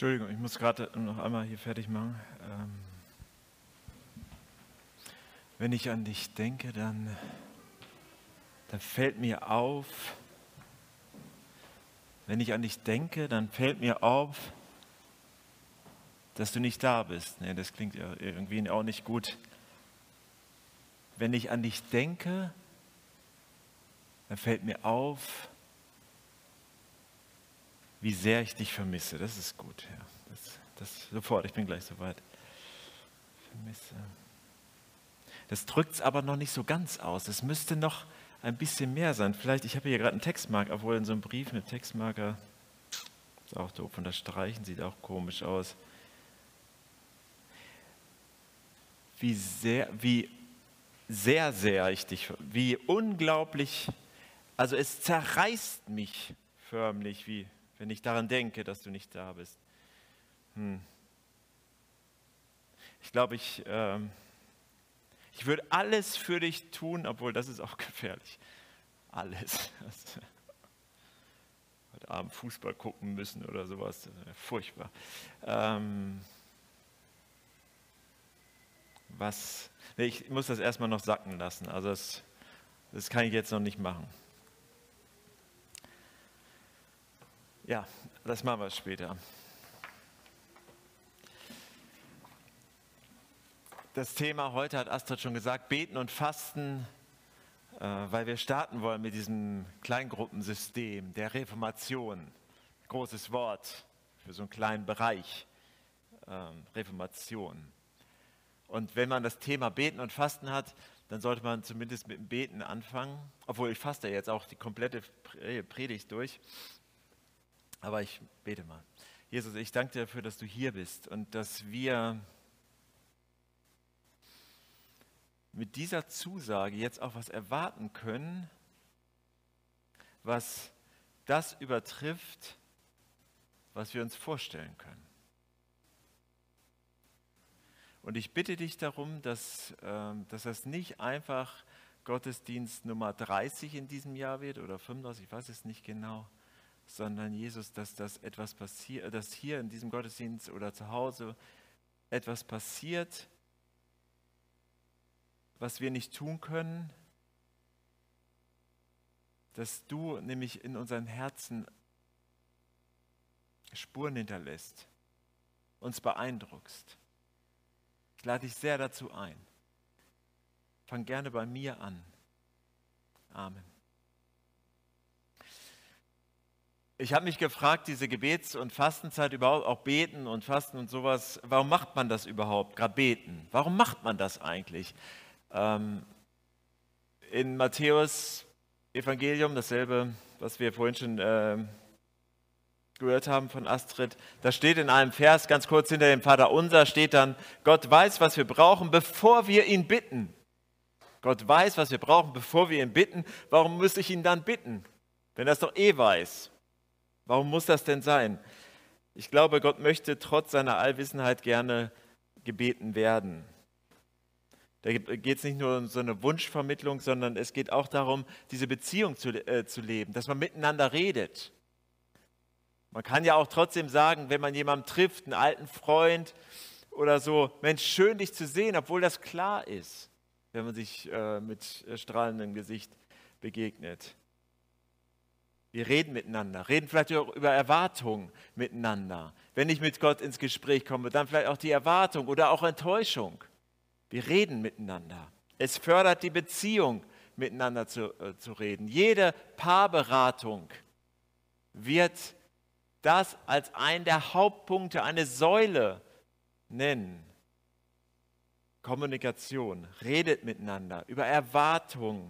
Entschuldigung, ich muss gerade noch einmal hier fertig machen. Wenn ich an dich denke, dann fällt mir auf, wenn ich an dich denke, dann fällt mir auf, dass du nicht da bist. Nee, das klingt ja irgendwie auch nicht gut. Wenn ich an dich denke, dann fällt mir auf, wie sehr ich dich vermisse. Das ist gut. Ja. Das sofort, ich bin gleich soweit. Vermisse. Das drückt es aber noch nicht so ganz aus. Es müsste noch ein bisschen mehr sein. Vielleicht, ich habe hier gerade einen Textmarker, obwohl in so einem Brief mit Textmarker, ist auch doof, und das Streichen sieht auch komisch aus. Wie sehr ich dich, wie unglaublich, also es zerreißt mich förmlich, wie wenn ich daran denke, dass du nicht da bist. Ich glaube, ich würde alles für dich tun, obwohl das ist auch gefährlich. Alles. Heute Abend Fußball gucken müssen oder sowas. Furchtbar. Ich muss das erstmal noch sacken lassen. Also das kann ich jetzt noch nicht machen. Ja, das machen wir später. Das Thema heute hat Astrid schon gesagt, Beten und Fasten, weil wir starten wollen mit diesem Kleingruppensystem der Reformation. Großes Wort für so einen kleinen Bereich, Reformation. Und wenn man das Thema Beten und Fasten hat, dann sollte man zumindest mit dem Beten anfangen, obwohl ich faste jetzt auch die komplette Predigt durch. Aber ich bete mal. Jesus, ich danke dir dafür, dass du hier bist und dass wir mit dieser Zusage jetzt auch was erwarten können, was das übertrifft, was wir uns vorstellen können. Und ich bitte dich darum, dass das nicht einfach Gottesdienst Nummer 30 in diesem Jahr wird oder 35, ich weiß es nicht genau, sondern Jesus, dass das etwas passiert, dass hier in diesem Gottesdienst oder zu Hause etwas passiert, was wir nicht tun können, dass du nämlich in unseren Herzen Spuren hinterlässt, uns beeindruckst. Ich lade dich sehr dazu ein. Fang gerne bei mir an. Amen. Ich habe mich gefragt, diese Gebets- und Fastenzeit überhaupt, auch Beten und Fasten und sowas, warum macht man das überhaupt, gerade Beten? Warum macht man das eigentlich? In Matthäus Evangelium, dasselbe, was wir vorhin schon gehört haben von Astrid, da steht in einem Vers, ganz kurz hinter dem Vaterunser, steht dann, Gott weiß, was wir brauchen, bevor wir ihn bitten. Gott weiß, was wir brauchen, bevor wir ihn bitten. Warum müsste ich ihn dann bitten, wenn er es doch eh weiß? Warum muss das denn sein? Ich glaube, Gott möchte trotz seiner Allwissenheit gerne gebeten werden. Da geht es nicht nur um so eine Wunschvermittlung, sondern es geht auch darum, diese Beziehung zu leben, dass man miteinander redet. Man kann ja auch trotzdem sagen, wenn man jemanden trifft, einen alten Freund oder so, Mensch, schön dich zu sehen, obwohl das klar ist, wenn man sich mit strahlendem Gesicht begegnet. Wir reden miteinander, reden vielleicht auch über Erwartungen miteinander. Wenn ich mit Gott ins Gespräch komme, dann vielleicht auch die Erwartung oder auch Enttäuschung. Wir reden miteinander. Es fördert die Beziehung, miteinander zu reden. Jede Paarberatung wird das als einen der Hauptpunkte, eine Säule nennen. Kommunikation, redet miteinander über Erwartungen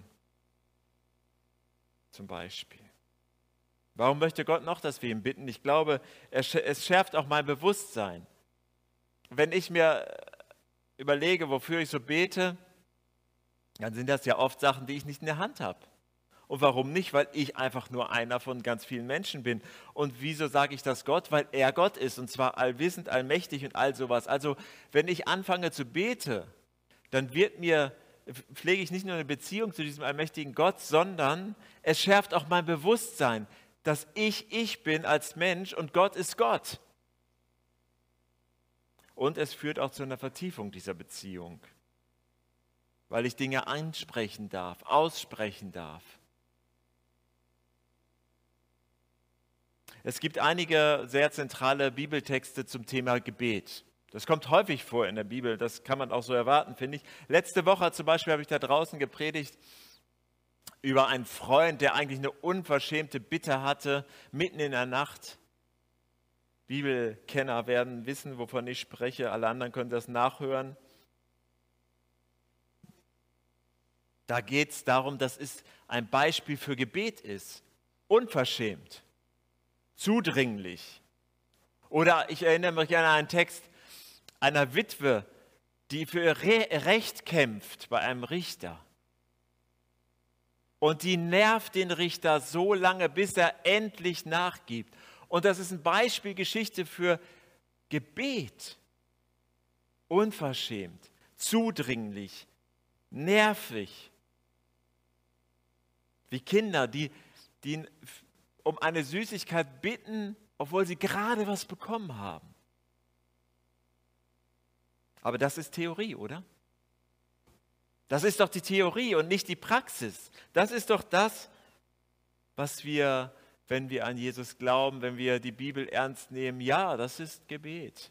zum Beispiel. Warum möchte Gott noch, dass wir ihn bitten? Ich glaube, es schärft auch mein Bewusstsein. Wenn ich mir überlege, wofür ich so bete, dann sind das ja oft Sachen, die ich nicht in der Hand habe. Und warum nicht? Weil ich einfach nur einer von ganz vielen Menschen bin. Und wieso sage ich das Gott? Weil er Gott ist und zwar allwissend, allmächtig und all sowas. Also wenn ich anfange zu beten, dann pflege ich nicht nur eine Beziehung zu diesem allmächtigen Gott, sondern es schärft auch mein Bewusstsein, dass ich bin als Mensch und Gott ist Gott. Und es führt auch zu einer Vertiefung dieser Beziehung, weil ich Dinge ansprechen darf, aussprechen darf. Es gibt einige sehr zentrale Bibeltexte zum Thema Gebet. Das kommt häufig vor in der Bibel, das kann man auch so erwarten, finde ich. Letzte Woche zum Beispiel habe ich da draußen gepredigt über einen Freund, der eigentlich eine unverschämte Bitte hatte, mitten in der Nacht. Bibelkenner werden wissen, wovon ich spreche, alle anderen können das nachhören. Da geht es darum, dass es ein Beispiel für Gebet ist. Unverschämt, zudringlich. Oder ich erinnere mich an einen Text einer Witwe, die für ihr Recht kämpft bei einem Richter. Und die nervt den Richter so lange, bis er endlich nachgibt. Und das ist ein Beispielgeschichte für Gebet. Unverschämt, zudringlich, nervig. Wie Kinder, die um eine Süßigkeit bitten, obwohl sie gerade was bekommen haben. Aber das ist Theorie, oder? Das ist doch die Theorie und nicht die Praxis. Das ist doch das, was wir, wenn wir an Jesus glauben, wenn wir die Bibel ernst nehmen, ja, das ist Gebet.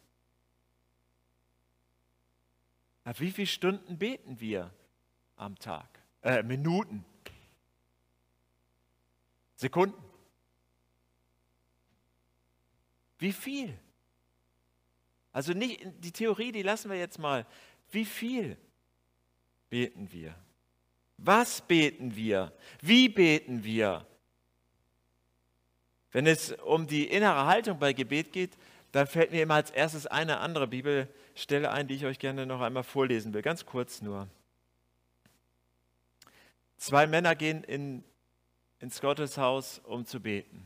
Na, wie viele Stunden beten wir am Tag? Minuten? Sekunden? Wie viel? Also nicht die Theorie, die lassen wir jetzt mal. Wie viel beten wir? Was beten wir? Wie beten wir? Wenn es um die innere Haltung bei Gebet geht, dann fällt mir immer als erstes eine andere Bibelstelle ein, die ich euch gerne noch einmal vorlesen will. Ganz kurz nur. 2 Männer gehen ins Gotteshaus, um zu beten.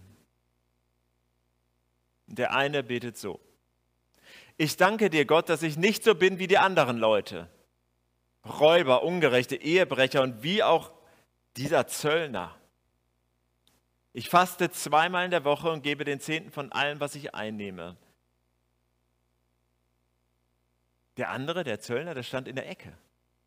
Der eine betet so: Ich danke dir, Gott, dass ich nicht so bin wie die anderen Leute. Räuber, Ungerechte, Ehebrecher und wie auch dieser Zöllner. Ich faste 2-mal in der Woche und gebe den 10. von allem, was ich einnehme. Der andere, der Zöllner, der stand in der Ecke.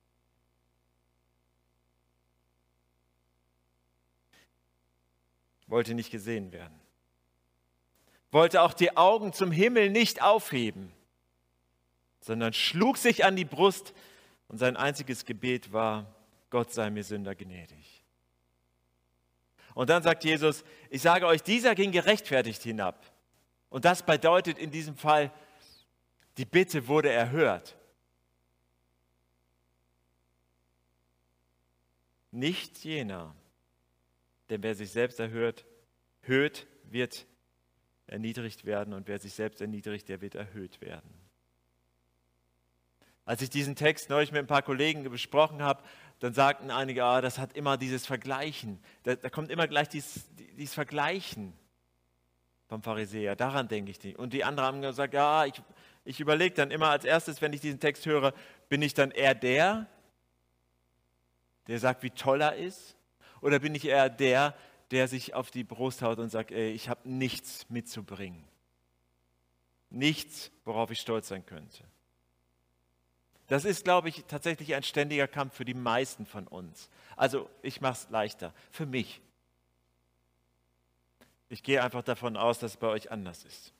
Wollte nicht gesehen werden. Wollte auch die Augen zum Himmel nicht aufheben, sondern schlug sich an die Brust und sein einziges Gebet war: Gott sei mir Sünder gnädig. Und dann sagt Jesus: Ich sage euch, dieser ging gerechtfertigt hinab. Und das bedeutet in diesem Fall, die Bitte wurde erhört. Nicht jener, denn wer sich selbst erhöht, wird erniedrigt werden, und wer sich selbst erniedrigt, der wird erhöht werden. Als ich diesen Text neulich mit ein paar Kollegen besprochen habe, dann sagten einige, das hat immer dieses Vergleichen. Da kommt immer gleich dieses Vergleichen vom Pharisäer. Daran denke ich nicht. Und die anderen haben gesagt, ich überlege dann immer als erstes, wenn ich diesen Text höre, bin ich dann eher der sagt, wie toll er ist? Oder bin ich eher der sich auf die Brust haut und sagt, ich habe nichts mitzubringen. Nichts, worauf ich stolz sein könnte. Das ist, glaube ich, tatsächlich ein ständiger Kampf für die meisten von uns. Also ich mache es leichter, für mich. Ich gehe einfach davon aus, dass es bei euch anders ist.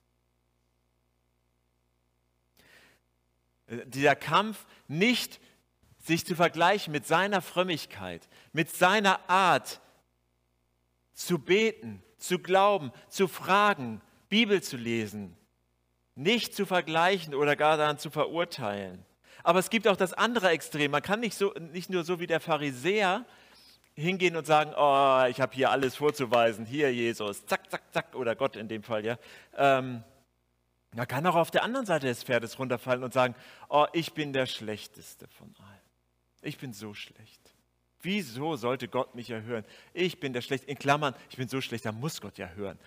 Dieser Kampf, nicht sich zu vergleichen mit seiner Frömmigkeit, mit seiner Art zu beten, zu glauben, zu fragen, Bibel zu lesen, nicht zu vergleichen oder gar daran zu verurteilen. Aber es gibt auch das andere Extrem. Man kann nicht nur so wie der Pharisäer hingehen und sagen, ich habe hier alles vorzuweisen, hier Jesus, zack, zack, zack, oder Gott in dem Fall, ja. Man kann auch auf der anderen Seite des Pferdes runterfallen und sagen, ich bin der Schlechteste von allen. Ich bin so schlecht. Wieso sollte Gott mich erhören? Ich bin der Schlechteste. In Klammern, ich bin so schlecht, da muss Gott ja hören.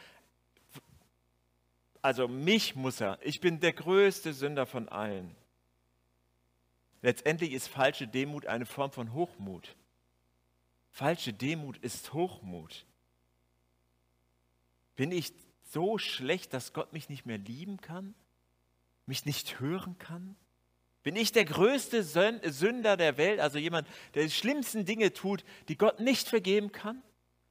Also mich muss er. Ich bin der größte Sünder von allen. Letztendlich ist falsche Demut eine Form von Hochmut. Falsche Demut ist Hochmut. Bin ich so schlecht, dass Gott mich nicht mehr lieben kann? mich nicht hören kann? Bin ich der größte Sünder der Welt, also jemand, der die schlimmsten Dinge tut, die Gott nicht vergeben kann?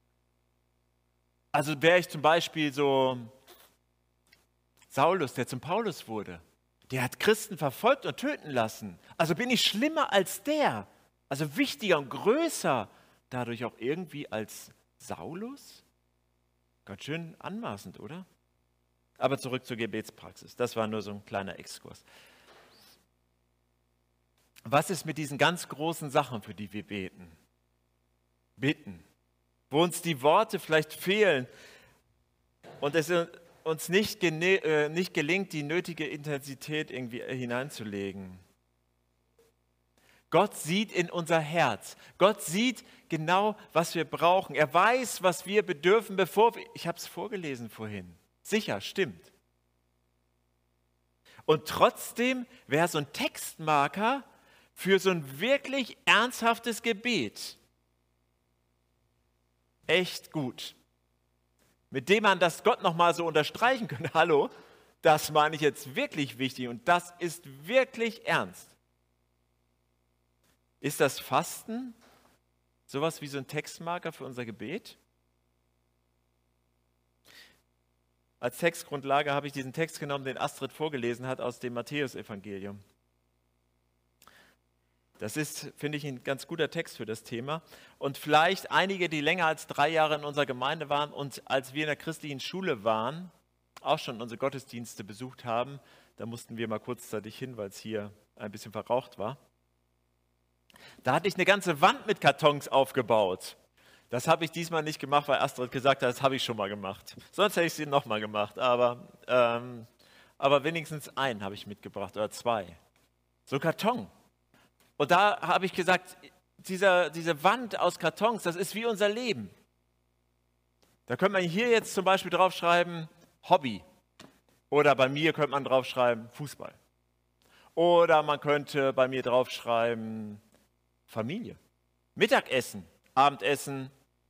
Also wäre ich zum Beispiel so Saulus, der zum Paulus wurde. Der hat Christen verfolgt und töten lassen. Also bin ich schlimmer als der? Also wichtiger und größer dadurch auch irgendwie als Saulus? Ganz schön anmaßend, oder? Aber zurück zur Gebetspraxis. Das war nur so ein kleiner Exkurs. Was ist mit diesen ganz großen Sachen, für die wir beten? Bitten. Wo uns die Worte vielleicht fehlen und es uns nicht gelingt, die nötige Intensität irgendwie hineinzulegen. Gott sieht in unser Herz. Gott sieht genau, was wir brauchen. Er weiß, was wir bedürfen, bevor wir... Ich habe es vorgelesen vorhin. Sicher, stimmt. Und trotzdem wäre so ein Textmarker für so ein wirklich ernsthaftes Gebet echt gut. Mit dem man das Gott nochmal so unterstreichen könnte. Hallo, das meine ich jetzt wirklich wichtig und das ist wirklich ernst. Ist das Fasten sowas wie so ein Textmarker für unser Gebet? Als Textgrundlage habe ich diesen Text genommen, den Astrid vorgelesen hat aus dem Matthäusevangelium. Das ist, finde ich, ein ganz guter Text für das Thema. Und vielleicht einige, die länger als 3 Jahre in unserer Gemeinde waren und als wir in der christlichen Schule waren, auch schon unsere Gottesdienste besucht haben. Da mussten wir mal kurzzeitig hin, weil es hier ein bisschen verraucht war. Da hatte ich eine ganze Wand mit Kartons aufgebaut. Das habe ich diesmal nicht gemacht, weil Astrid gesagt hat, das habe ich schon mal gemacht. Sonst hätte ich es nochmal gemacht, aber wenigstens einen habe ich mitgebracht oder 2. So Karton. Und da habe ich gesagt, diese Wand aus Kartons, das ist wie unser Leben. Da könnte man hier jetzt zum Beispiel draufschreiben, Hobby. Oder bei mir könnte man draufschreiben, Fußball. Oder man könnte bei mir draufschreiben, Familie. Mittagessen, Abendessen,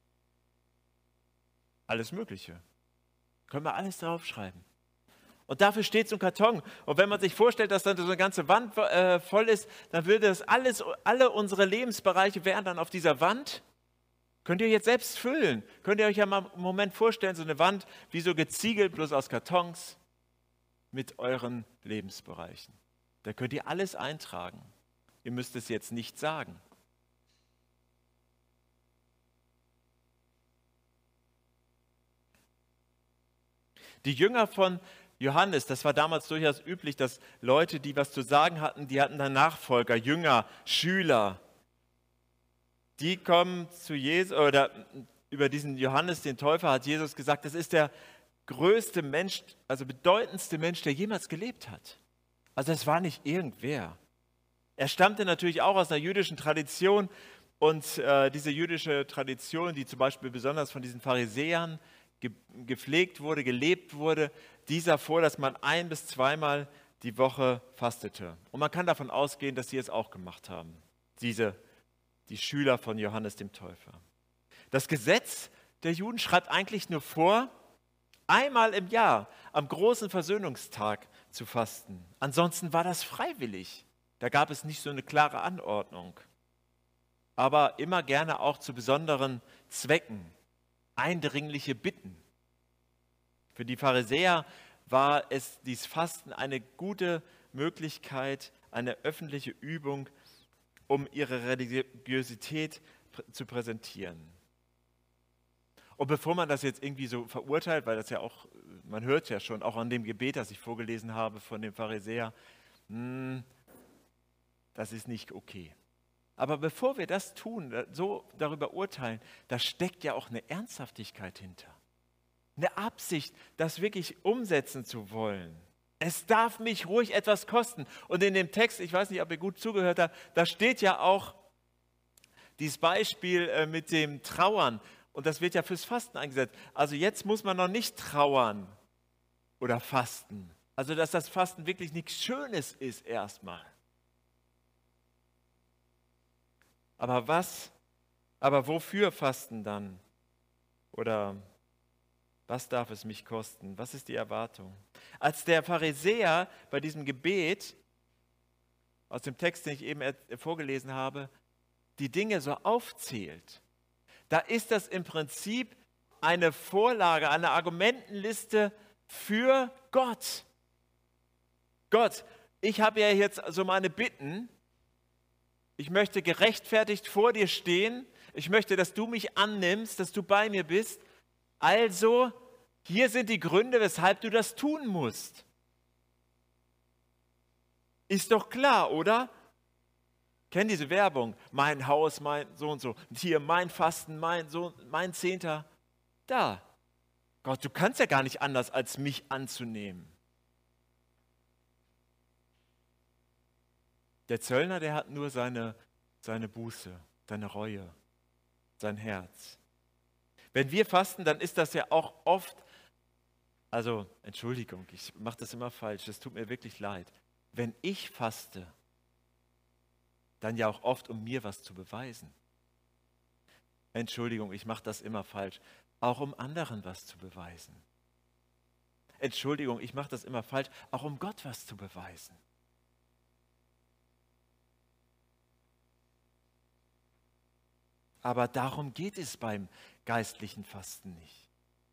alles Mögliche. Können wir alles draufschreiben. Und dafür steht so ein Karton. Und wenn man sich vorstellt, dass dann so eine ganze Wand voll ist, dann würde das alle unsere Lebensbereiche wären dann auf dieser Wand. Könnt ihr jetzt selbst füllen. Könnt ihr euch ja mal einen Moment vorstellen, so eine Wand wie so geziegelt, bloß aus Kartons mit euren Lebensbereichen. Da könnt ihr alles eintragen. Ihr müsst es jetzt nicht sagen. Die Jünger von Johannes, das war damals durchaus üblich, dass Leute, die was zu sagen hatten, die hatten dann Nachfolger, Jünger, Schüler. Die kommen zu Jesus, oder über diesen Johannes, den Täufer, hat Jesus gesagt, das ist der größte Mensch, also bedeutendste Mensch, der jemals gelebt hat. Also es war nicht irgendwer. Er stammte natürlich auch aus einer jüdischen Tradition und diese jüdische Tradition, die zum Beispiel besonders von diesen Pharisäern gepflegt wurde, gelebt wurde, die sah vor, dass man 1- bis 2-mal die Woche fastete. Und man kann davon ausgehen, dass sie es auch gemacht haben, die Schüler von Johannes dem Täufer. Das Gesetz der Juden schreibt eigentlich nur vor, einmal im Jahr am großen Versöhnungstag zu fasten. Ansonsten war das freiwillig. Da gab es nicht so eine klare Anordnung. Aber immer gerne auch zu besonderen Zwecken. Eindringliche Bitten. Für die Pharisäer war es dies Fasten eine gute Möglichkeit, eine öffentliche Übung, um ihre Religiosität zu präsentieren. Und bevor man das jetzt irgendwie so verurteilt, weil das ja auch, man hört ja schon, auch an dem Gebet, das ich vorgelesen habe von dem Pharisäer, das ist nicht okay. Aber bevor wir das tun, so darüber urteilen, da steckt ja auch eine Ernsthaftigkeit hinter. Eine Absicht, das wirklich umsetzen zu wollen. Es darf mich ruhig etwas kosten. Und in dem Text, ich weiß nicht, ob ihr gut zugehört habt, da steht ja auch dieses Beispiel mit dem Trauern. Und das wird ja fürs Fasten eingesetzt. Also jetzt muss man noch nicht trauern oder fasten. Also dass das Fasten wirklich nichts Schönes ist erstmal. Aber wofür Fasten dann? Oder Was darf es mich kosten? Was ist die Erwartung? Als der Pharisäer bei diesem Gebet aus dem Text, den ich eben vorgelesen habe, die Dinge so aufzählt, da ist das im Prinzip eine Vorlage, eine Argumentenliste für Gott. Gott, ich habe ja jetzt so meine Bitten. Ich möchte gerechtfertigt vor dir stehen. Ich möchte, dass du mich annimmst, dass du bei mir bist. Also, hier sind die Gründe, weshalb du das tun musst. Ist doch klar, oder? Kennt diese Werbung? Mein Haus, mein so und so. Und hier mein Fasten, mein Zehnter. Da. Gott, du kannst ja gar nicht anders, als mich anzunehmen. Der Zöllner, der hat nur seine Buße, seine Reue, sein Herz. Wenn wir fasten, dann ist das ja auch oft, also Entschuldigung, ich mache das immer falsch, das tut mir wirklich leid. Wenn ich faste, dann ja auch oft, um mir was zu beweisen. Entschuldigung, ich mache das immer falsch, auch um anderen was zu beweisen. Entschuldigung, ich mache das immer falsch, auch um Gott was zu beweisen. Aber darum geht es beim geistlichen Fasten nicht.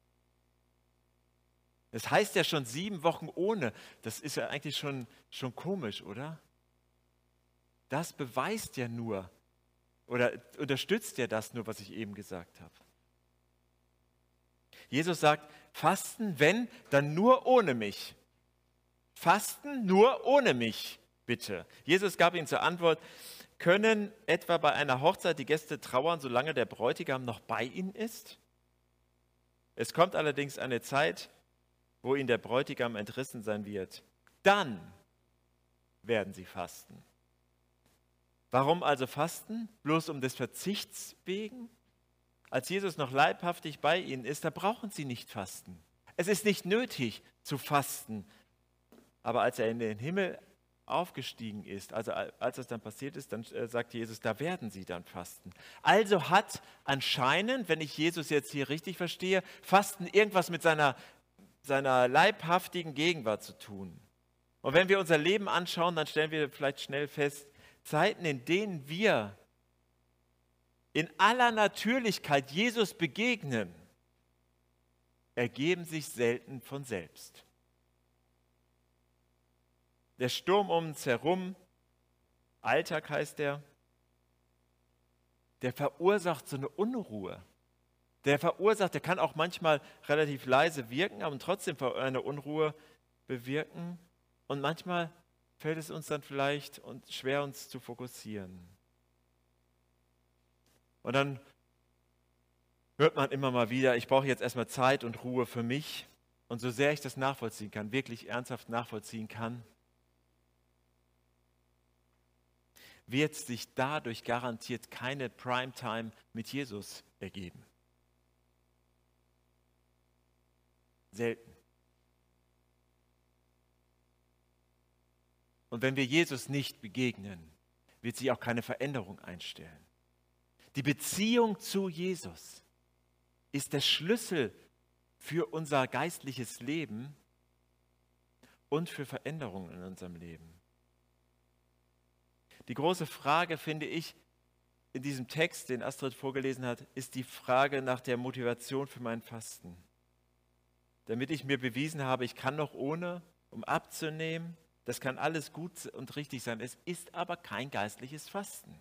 Es heißt ja schon 7 Wochen ohne. Das ist ja eigentlich schon komisch, oder? Das beweist ja nur oder unterstützt ja das nur, was ich eben gesagt habe. Jesus sagt, Fasten, wenn, dann nur ohne mich. Fasten nur ohne mich, bitte. Jesus gab ihnen zur Antwort, können etwa bei einer Hochzeit die Gäste trauern, solange der Bräutigam noch bei ihnen ist? Es kommt allerdings eine Zeit, wo ihnen der Bräutigam entrissen sein wird. Dann werden sie fasten. Warum also fasten? Bloß um des Verzichts wegen? Als Jesus noch leibhaftig bei ihnen ist, da brauchen sie nicht fasten. Es ist nicht nötig zu fasten. Aber als er in den Himmel aufgestiegen ist, also als das dann passiert ist, dann sagt Jesus, da werden sie dann fasten. Also hat anscheinend, wenn ich Jesus jetzt hier richtig verstehe, Fasten irgendwas mit seiner leibhaftigen Gegenwart zu tun. Und wenn wir unser Leben anschauen, dann stellen wir vielleicht schnell fest, Zeiten, in denen wir in aller Natürlichkeit Jesus begegnen, ergeben sich selten von selbst. Der Sturm um uns herum, Alltag heißt der verursacht so eine Unruhe. Der kann auch manchmal relativ leise wirken, aber trotzdem eine Unruhe bewirken. Und manchmal fällt es uns dann vielleicht schwer, uns zu fokussieren. Und dann hört man immer mal wieder, ich brauche jetzt erstmal Zeit und Ruhe für mich. Und so sehr ich das nachvollziehen kann, wirklich ernsthaft nachvollziehen kann, wird sich dadurch garantiert keine Primetime mit Jesus ergeben. Selten. Und wenn wir Jesus nicht begegnen, wird sich auch keine Veränderung einstellen. Die Beziehung zu Jesus ist der Schlüssel für unser geistliches Leben und für Veränderungen in unserem Leben. Die große Frage, finde ich, in diesem Text, den Astrid vorgelesen hat, ist die Frage nach der Motivation für mein Fasten. Damit ich mir bewiesen habe, ich kann noch ohne, um abzunehmen, das kann alles gut und richtig sein. Es ist aber kein geistliches Fasten.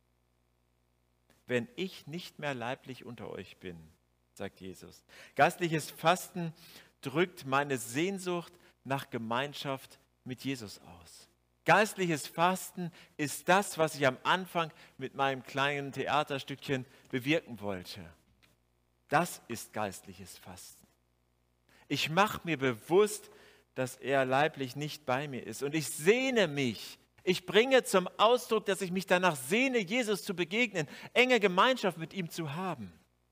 Wenn ich nicht mehr leiblich unter euch bin, sagt Jesus. Geistliches Fasten drückt meine Sehnsucht nach Gemeinschaft mit Jesus aus. Geistliches Fasten ist das, was ich am Anfang mit meinem kleinen Theaterstückchen bewirken wollte. Das ist geistliches Fasten. Ich mache mir bewusst, dass er leiblich nicht bei mir ist. Und ich sehne mich. Ich bringe zum Ausdruck, dass ich mich danach sehne, Jesus zu begegnen, enge Gemeinschaft mit ihm zu haben.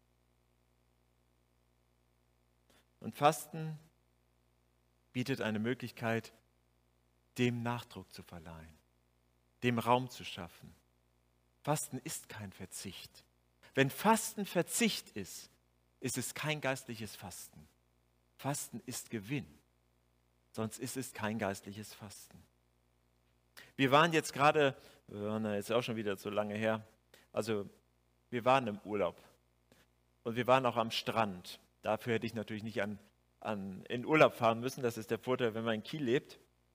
Und Fasten bietet eine Möglichkeit, dem Nachdruck zu verleihen, dem Raum zu schaffen. Fasten ist kein Verzicht. Wenn Fasten Verzicht ist, ist es kein geistliches Fasten. Fasten ist Gewinn, sonst ist es kein geistliches Fasten. Wir waren jetzt gerade, wir waren ja jetzt auch schon wieder so lange her, also wir waren im Urlaub und wir waren auch am Strand. Dafür hätte ich natürlich nicht in Urlaub fahren müssen, das ist der Vorteil, wenn man in Kiel lebt.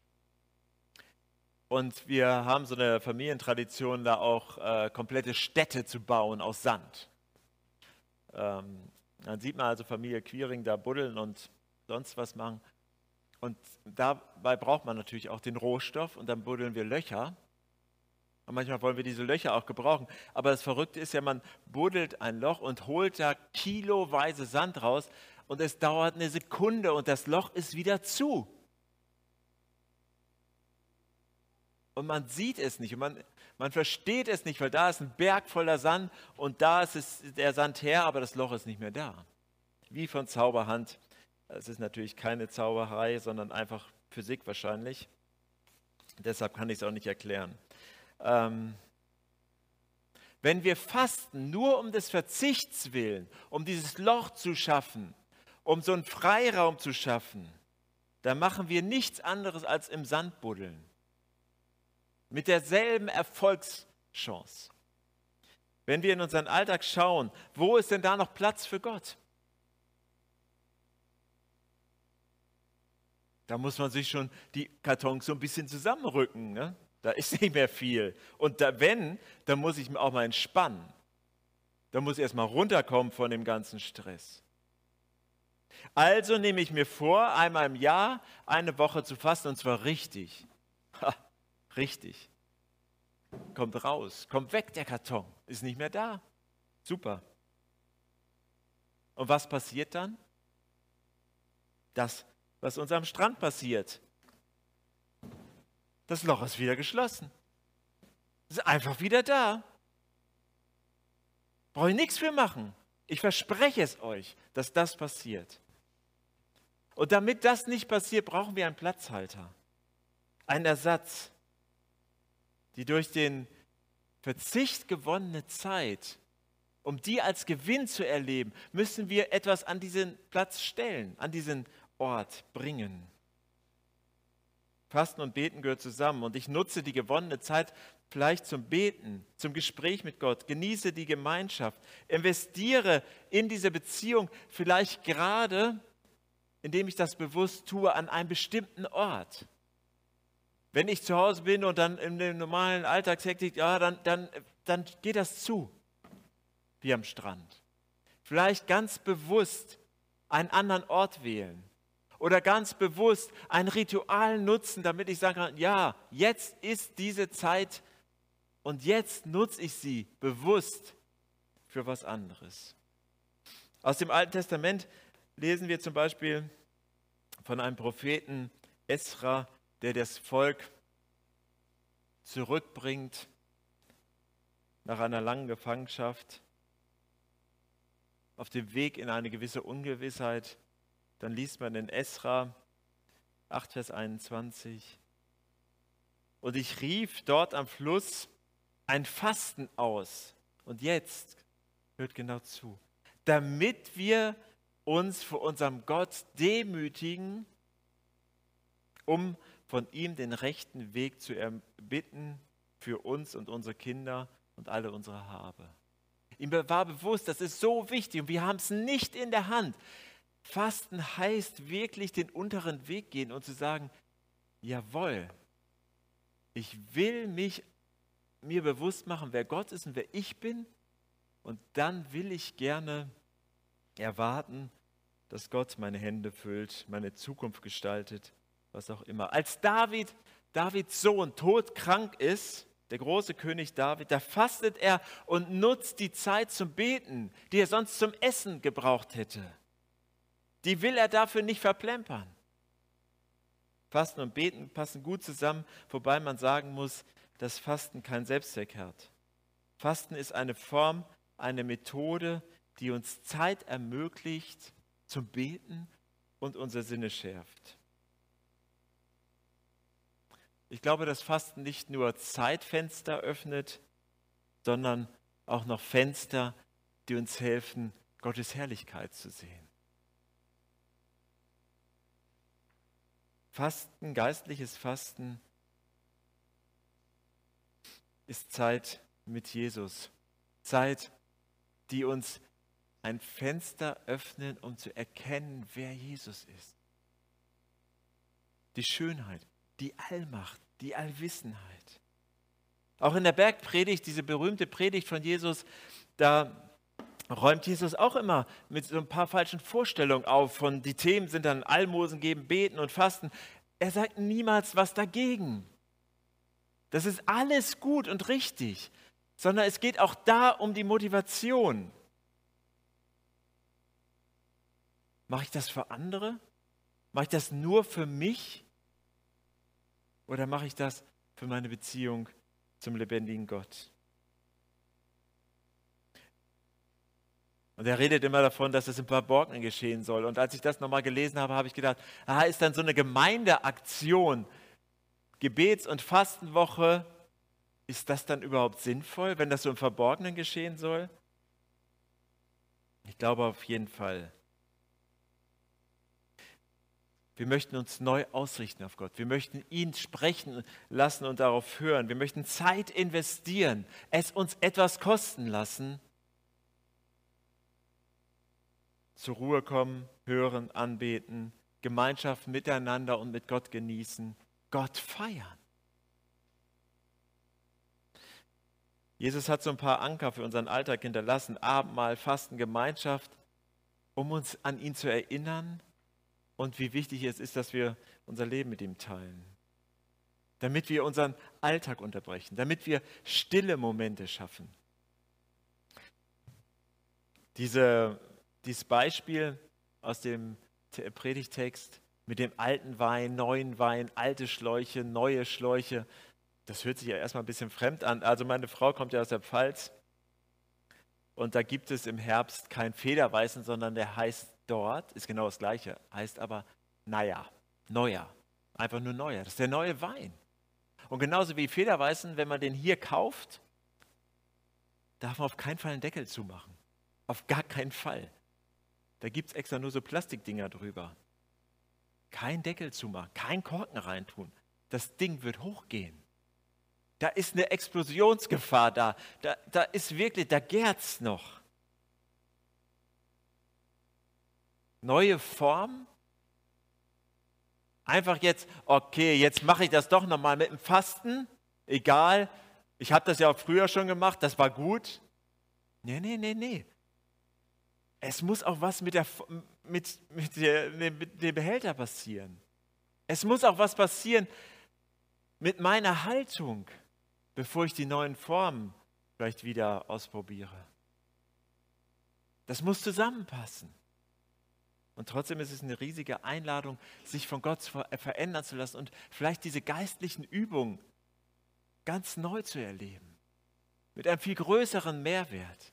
Und wir haben so eine Familientradition, da auch komplette Städte zu bauen aus Sand. Dann sieht man also Familie Quiring da buddeln und sonst was machen. Und dabei braucht man natürlich auch den Rohstoff und dann buddeln wir Löcher. Und manchmal wollen wir diese Löcher auch gebrauchen. Aber das Verrückte ist ja, man buddelt ein Loch und holt da kiloweise Sand raus und es dauert eine Sekunde und das Loch ist wieder zu. Und man sieht es nicht und man versteht es nicht, weil da ist ein Berg voller Sand und da ist der Sand her, aber das Loch ist nicht mehr da. Wie von Zauberhand. Es ist natürlich keine Zauberei, sondern einfach Physik wahrscheinlich. Deshalb kann ich es auch nicht erklären. Wenn wir fasten, nur um des Verzichts willen, um dieses Loch zu schaffen, um so einen Freiraum zu schaffen, dann machen wir nichts anderes als im Sand buddeln. Mit derselben Erfolgschance. Wenn wir in unseren Alltag schauen, wo ist denn da noch Platz für Gott? Da muss man sich schon die Kartons so ein bisschen zusammenrücken. Ne? Da ist nicht mehr viel. Und dann muss ich mir auch mal entspannen. Da muss ich erst mal runterkommen von dem ganzen Stress. Also nehme ich mir vor, einmal im Jahr eine Woche zu fasten und zwar richtig. Richtig. Kommt raus, kommt weg der Karton, ist nicht mehr da. Super. Und was passiert dann? Das, was uns am Strand passiert. Das Loch ist wieder geschlossen. Ist einfach wieder da. Brauche ich nichts für machen. Ich verspreche es euch, dass das passiert. Und damit das nicht passiert, brauchen wir einen Platzhalter. Einen Ersatz. Die durch den Verzicht gewonnene Zeit, um die als Gewinn zu erleben, müssen wir etwas an diesen Platz stellen, an diesen Ort bringen. Fasten und Beten gehört zusammen und ich nutze die gewonnene Zeit vielleicht zum Beten, zum Gespräch mit Gott, genieße die Gemeinschaft, investiere in diese Beziehung, vielleicht gerade, indem ich das bewusst tue, an einem bestimmten Ort. Wenn ich zu Hause bin und dann in dem normalen Alltagshektik, ja, dann geht das zu, wie am Strand. Vielleicht ganz bewusst einen anderen Ort wählen oder ganz bewusst ein Ritual nutzen, damit ich sagen kann, ja, jetzt ist diese Zeit und jetzt nutze ich sie bewusst für was anderes. Aus dem Alten Testament lesen wir zum Beispiel von einem Propheten Esra, der das Volk zurückbringt nach einer langen Gefangenschaft, auf dem Weg in eine gewisse Ungewissheit. Dann liest man in Esra 8, Vers 21. Und ich rief dort am Fluss ein Fasten aus. Und jetzt, hört genau zu, damit wir uns vor unserem Gott demütigen, um von ihm den rechten Weg zu erbitten für uns und unsere Kinder und alle unsere Habe. Ihm war bewusst, das ist so wichtig und wir haben es nicht in der Hand. Fasten heißt wirklich den unteren Weg gehen und zu sagen, jawohl, ich will mir bewusst machen, wer Gott ist und wer ich bin und dann will ich gerne erwarten, dass Gott meine Hände füllt, meine Zukunft gestaltet, was auch immer. Als Davids Sohn todkrank ist, der große König David, da fastet er und nutzt die Zeit zum Beten, die er sonst zum Essen gebraucht hätte. Die will er dafür nicht verplempern. Fasten und Beten passen gut zusammen, wobei man sagen muss, dass Fasten keinen Selbstzweck hat. Fasten ist eine Form, eine Methode, die uns Zeit ermöglicht zum Beten und unsere Sinne schärft. Ich glaube, dass Fasten nicht nur Zeitfenster öffnet, sondern auch noch Fenster, die uns helfen, Gottes Herrlichkeit zu sehen. Fasten, geistliches Fasten ist Zeit mit Jesus. Zeit, die uns ein Fenster öffnen, um zu erkennen, wer Jesus ist. Die Schönheit, die Allmacht, die Allwissenheit. Auch in der Bergpredigt, diese berühmte Predigt von Jesus, da räumt Jesus auch immer mit so ein paar falschen Vorstellungen auf. Von die Themen sind dann Almosen geben, beten und fasten. Er sagt niemals was dagegen. Das ist alles gut und richtig, sondern es geht auch da um die Motivation. Mache ich das für andere? Mache ich das nur für mich? Oder mache ich das für meine Beziehung zum lebendigen Gott? Und er redet immer davon, dass es im Verborgenen geschehen soll. Und als ich das nochmal gelesen habe, habe ich gedacht, ist dann so eine Gemeindeaktion, Gebets- und Fastenwoche, ist das dann überhaupt sinnvoll, wenn das so im Verborgenen geschehen soll? Ich glaube auf jeden Fall. Wir möchten uns neu ausrichten auf Gott. Wir möchten ihn sprechen lassen und darauf hören. Wir möchten Zeit investieren, es uns etwas kosten lassen. Zur Ruhe kommen, hören, anbeten, Gemeinschaft miteinander und mit Gott genießen, Gott feiern. Jesus hat so ein paar Anker für unseren Alltag hinterlassen, Abendmahl, Fasten, Gemeinschaft, um uns an ihn zu erinnern und wie wichtig es ist, dass wir unser Leben mit ihm teilen. Damit wir unseren Alltag unterbrechen, damit wir stille Momente schaffen. Dieses Beispiel aus dem Predigtext mit dem alten Wein, neuen Wein, alte Schläuche, neue Schläuche, das hört sich ja erstmal ein bisschen fremd an. Also meine Frau kommt ja aus der Pfalz und da gibt es im Herbst keinen Federweißen, sondern der heißt dort, ist genau das Gleiche, heißt aber neuer, einfach nur neuer. Das ist der neue Wein. Und genauso wie Federweißen, wenn man den hier kauft, darf man auf keinen Fall einen Deckel zumachen. Auf gar keinen Fall. Da gibt es extra nur so Plastikdinger drüber. Kein Deckel zumachen, kein Korken reintun. Das Ding wird hochgehen. Da ist eine Explosionsgefahr da. Da ist wirklich, da gärt's noch. Neue Form. Einfach jetzt, okay, jetzt mache ich das doch nochmal mit dem Fasten. Egal, ich habe das ja auch früher schon gemacht, das war gut. Nee. Es muss auch was mit dem Behälter passieren. Es muss auch was passieren mit meiner Haltung, bevor ich die neuen Formen vielleicht wieder ausprobiere. Das muss zusammenpassen. Und trotzdem ist es eine riesige Einladung, sich von Gott verändern zu lassen und vielleicht diese geistlichen Übungen ganz neu zu erleben. Mit einem viel größeren Mehrwert.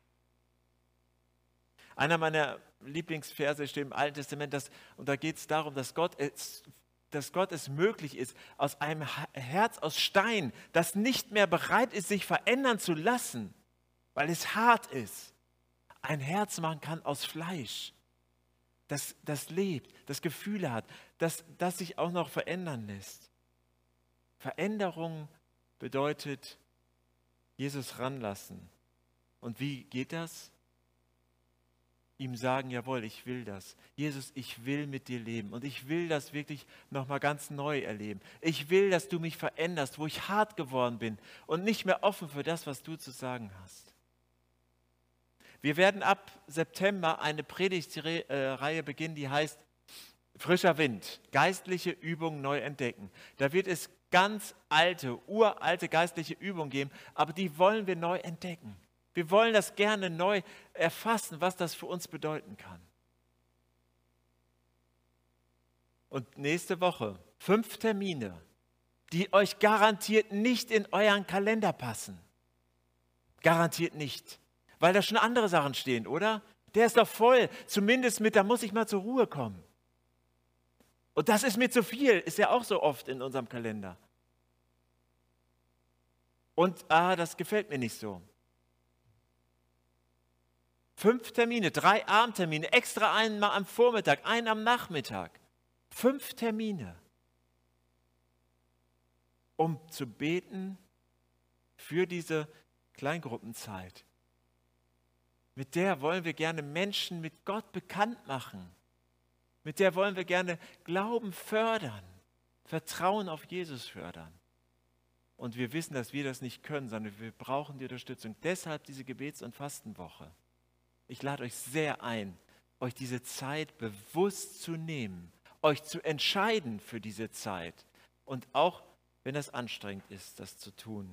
Einer meiner Lieblingsverse steht im Alten Testament, und da geht es darum, dass Gott es möglich ist, aus einem Herz aus Stein, das nicht mehr bereit ist, sich verändern zu lassen, weil es hart ist, ein Herz machen kann aus Fleisch, das lebt, das Gefühle hat, das sich auch noch verändern lässt. Veränderung bedeutet, Jesus ranlassen. Und wie geht das? Ihm sagen, jawohl, ich will das. Jesus, ich will mit dir leben und ich will das wirklich nochmal ganz neu erleben. Ich will, dass du mich veränderst, wo ich hart geworden bin und nicht mehr offen für das, was du zu sagen hast. Wir werden ab September eine Predigtreihe beginnen, die heißt Frischer Wind, geistliche Übungen neu entdecken. Da wird es ganz uralte geistliche Übungen geben, aber die wollen wir neu entdecken. Wir wollen das gerne neu erfassen, was das für uns bedeuten kann. Und nächste Woche 5 Termine, die euch garantiert nicht in euren Kalender passen. Garantiert nicht. Weil da schon andere Sachen stehen, oder? Der ist doch voll, zumindest da muss ich mal zur Ruhe kommen. Und das ist mir zu viel, ist ja auch so oft in unserem Kalender. Und das gefällt mir nicht so. 5 Termine, 3 Abendtermine, extra einen mal am Vormittag, einen am Nachmittag. 5 Termine. um zu beten für diese Kleingruppenzeit. Mit der wollen wir gerne Menschen mit Gott bekannt machen. Mit der wollen wir gerne Glauben fördern, Vertrauen auf Jesus fördern. Und wir wissen, dass wir das nicht können, sondern wir brauchen die Unterstützung. Deshalb diese Gebets- und Fastenwoche. Ich lade euch sehr ein, euch diese Zeit bewusst zu nehmen, euch zu entscheiden für diese Zeit und auch, wenn das anstrengend ist, das zu tun.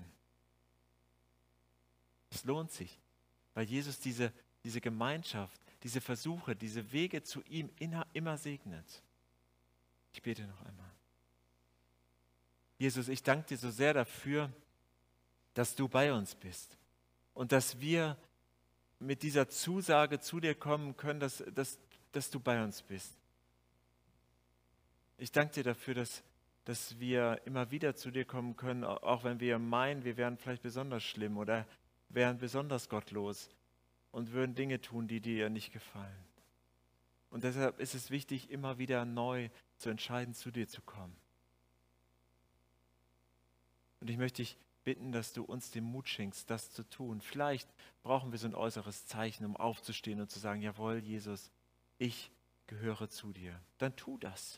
Es lohnt sich, weil Jesus diese Gemeinschaft, diese Versuche, diese Wege zu ihm immer segnet. Ich bete noch einmal. Jesus, ich danke dir so sehr dafür, dass du bei uns bist und dass wir mit dieser Zusage zu dir kommen können, dass du bei uns bist. Ich danke dir dafür, dass wir immer wieder zu dir kommen können, auch wenn wir meinen, wir wären vielleicht besonders schlimm oder wären besonders gottlos und würden Dinge tun, die dir nicht gefallen. Und deshalb ist es wichtig, immer wieder neu zu entscheiden, zu dir zu kommen. Und ich möchte dich bitten, dass du uns den Mut schenkst, das zu tun. Vielleicht brauchen wir so ein äußeres Zeichen, um aufzustehen und zu sagen, jawohl, Jesus, ich gehöre zu dir. Dann tu das.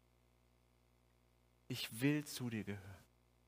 Ich will zu dir gehören.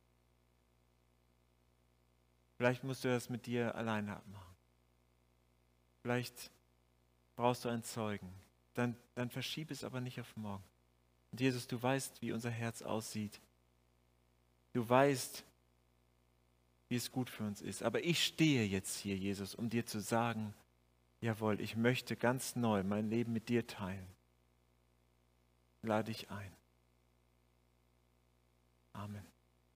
Vielleicht musst du das mit dir alleine abmachen. Vielleicht brauchst du einen Zeugen. Dann verschiebe es aber nicht auf morgen. Und Jesus, du weißt, wie unser Herz aussieht. Du weißt, wie es gut für uns ist. Aber ich stehe jetzt hier, Jesus, um dir zu sagen, jawohl, ich möchte ganz neu mein Leben mit dir teilen. Lade dich ein. Amen.